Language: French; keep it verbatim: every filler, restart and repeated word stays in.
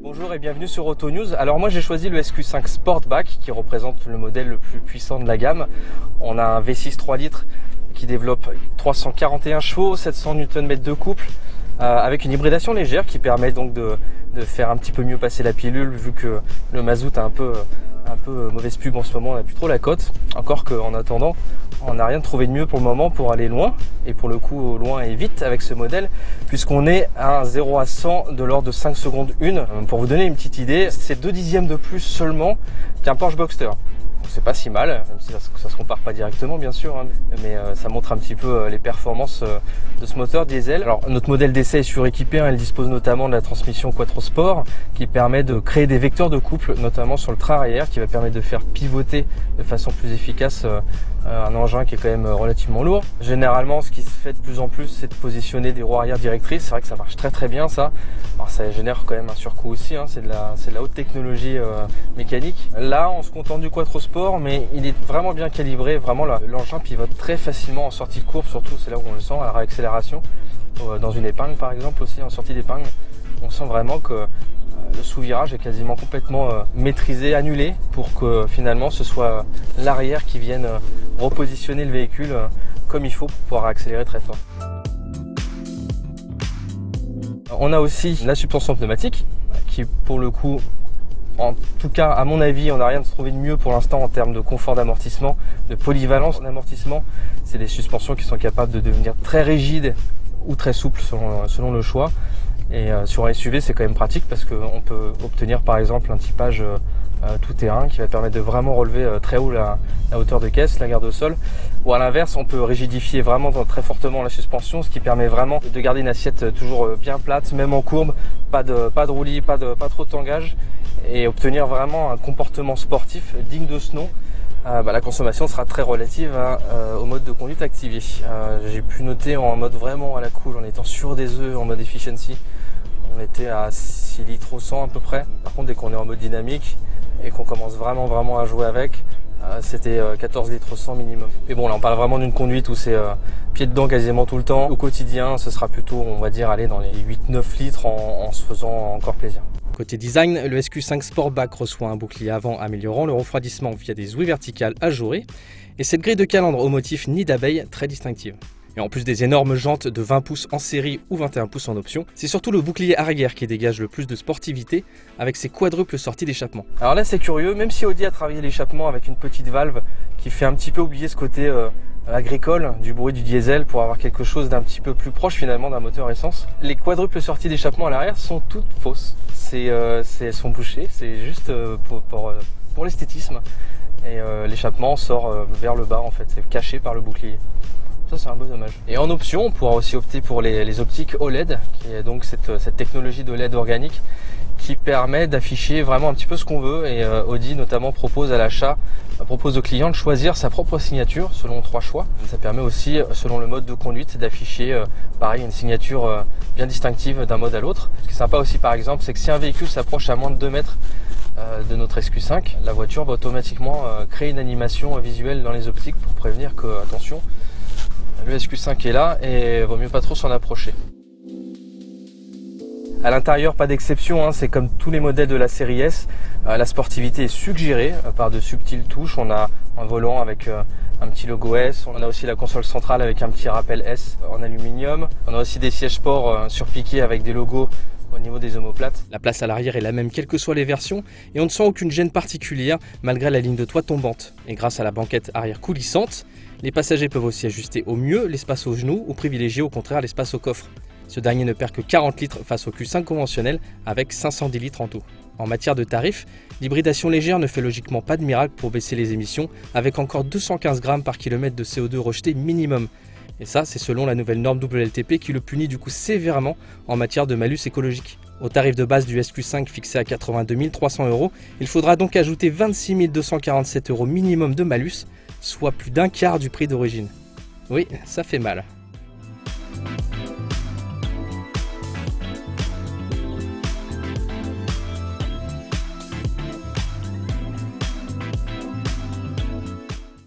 Bonjour et bienvenue sur Auto News. Alors moi j'ai choisi le S Q cinq Sportback qui représente le modèle le plus puissant de la gamme. On a un V six trois litres qui développe trois cent quarante et un chevaux, sept cents newton mètres de couple, euh, avec une hybridation légère qui permet donc de, de faire un petit peu mieux passer la pilule vu que le mazout a un peu, un peu mauvaise pub en ce moment, on n'a plus trop la cote. Encore qu'en attendant, on n'a rien trouvé de mieux pour le moment pour aller loin, et pour le coup loin et vite avec ce modèle, puisqu'on est à un zéro à cent de l'ordre de cinq secondes une. Pour vous donner une petite idée, c'est deux dixièmes de plus seulement qu'un Porsche Boxster. C'est pas si mal, même si ça, ça se compare pas directement bien sûr, hein, mais euh, ça montre un petit peu euh, les performances euh, de ce moteur diesel. Alors notre modèle d'essai est suréquipé, hein, il dispose notamment de la transmission Quattro Sport qui permet de créer des vecteurs de couple, notamment sur le train arrière, qui va permettre de faire pivoter de façon plus efficace euh, un engin qui est quand même relativement lourd. Généralement, ce qui se fait de plus en plus, c'est de positionner des roues arrière directrices. C'est vrai que ça marche très très bien ça. Alors ça génère quand même un surcoût aussi, hein. C'est de la, c'est de la haute technologie euh, mécanique. Là, on se contente du Quattro Sport, mais il est vraiment bien calibré. Vraiment, l'engin pivote très facilement en sortie de courbe, surtout c'est là où on le sent, à la réaccélération. Euh, dans une épingle par exemple aussi, en sortie d'épingle, on sent vraiment que le sous-virage est quasiment complètement euh, maîtrisé, annulé, pour que finalement ce soit l'arrière qui vienne euh, repositionner le véhicule euh, comme il faut pour pouvoir accélérer très fort. On a aussi la suspension pneumatique qui pour le coup, en tout cas à mon avis, on n'a rien trouvé de mieux pour l'instant en termes de confort d'amortissement, de polyvalence d'amortissement. C'est des suspensions qui sont capables de devenir très rigides ou très souples selon, selon le choix. Et euh, sur un S U V, c'est quand même pratique parce qu'on peut obtenir par exemple un typage euh, tout-terrain qui va permettre de vraiment relever euh, très haut la, la hauteur de caisse, la garde au sol. Ou à l'inverse, on peut rigidifier vraiment très fortement la suspension, ce qui permet vraiment de garder une assiette toujours bien plate, même en courbe, pas de, pas de roulis, pas, de, pas trop de tangage, et obtenir vraiment un comportement sportif digne de ce nom. Euh, bah, la consommation sera très relative hein, euh, au mode de conduite activé. Euh, J'ai pu noter en mode vraiment à la cool, en étant sur des œufs, en mode efficiency, on était à six litres au cent à peu près. Par contre, dès qu'on est en mode dynamique et qu'on commence vraiment vraiment à jouer avec, euh, c'était euh, quatorze litres au cent minimum. Mais bon, là on parle vraiment d'une conduite où c'est euh, pied dedans quasiment tout le temps. Au quotidien, ce sera plutôt, on va dire, aller dans les huit neuf litres en, en se faisant encore plaisir. Côté design, le S Q cinq Sportback reçoit un bouclier avant améliorant le refroidissement via des ouïes verticales ajourées et cette grille de calandre au motif nid d'abeille très distinctive. Et en plus des énormes jantes de vingt pouces en série ou vingt et un pouces en option, c'est surtout le bouclier arrière qui dégage le plus de sportivité avec ses quadruples sorties d'échappement. Alors là c'est curieux, même si Audi a travaillé l'échappement avec une petite valve qui fait un petit peu oublier ce côté euh, agricole du bruit du diesel pour avoir quelque chose d'un petit peu plus proche finalement d'un moteur essence, les quadruples sorties d'échappement à l'arrière sont toutes fausses. C'est, euh, c'est, elles sont bouchées, c'est juste euh, pour, pour, pour l'esthétisme et euh, l'échappement sort euh, vers le bas en fait, c'est caché par le bouclier. Ça c'est un peu dommage. Et en option, on pourra aussi opter pour les, les optiques O L E D, qui est donc cette, cette technologie d'O L E D organique qui permet d'afficher vraiment un petit peu ce qu'on veut. Et euh, Audi notamment propose à l'achat, euh, propose au client de choisir sa propre signature selon trois choix. Ça permet aussi, selon le mode de conduite, d'afficher euh, pareil une signature euh, bien distinctive d'un mode à l'autre. Ce qui est sympa aussi par exemple, c'est que si un véhicule s'approche à moins de deux mètres euh, de notre S Q cinq, la voiture va automatiquement euh, créer une animation visuelle dans les optiques pour prévenir que, attention, le S Q cinq est là et vaut mieux pas trop s'en approcher. À l'intérieur, pas d'exception, hein, c'est comme tous les modèles de la série S. Euh, la sportivité est suggérée euh, par de subtiles touches. On a un volant avec euh, un petit logo S. On a aussi la console centrale avec un petit rappel S en aluminium. On a aussi des sièges sport euh, surpiqués avec des logos au niveau des omoplates. La place à l'arrière est la même quelles que soient les versions et on ne sent aucune gêne particulière malgré la ligne de toit tombante. Et grâce à la banquette arrière coulissante, les passagers peuvent aussi ajuster au mieux l'espace aux genoux ou privilégier au contraire l'espace au coffre. Ce dernier ne perd que quarante litres face au Q cinq conventionnel avec cinq cent dix litres en tout. En matière de tarifs, l'hybridation légère ne fait logiquement pas de miracle pour baisser les émissions avec encore deux cent quinze grammes par kilomètre de C O deux rejeté minimum. Et ça, c'est selon la nouvelle norme W L T P qui le punit du coup sévèrement en matière de malus écologique. Au tarif de base du S Q cinq fixé à quatre-vingt-deux mille trois cents euros, il faudra donc ajouter vingt-six mille deux cent quarante-sept euros minimum de malus, soit plus d'un quart du prix d'origine. Oui, ça fait mal.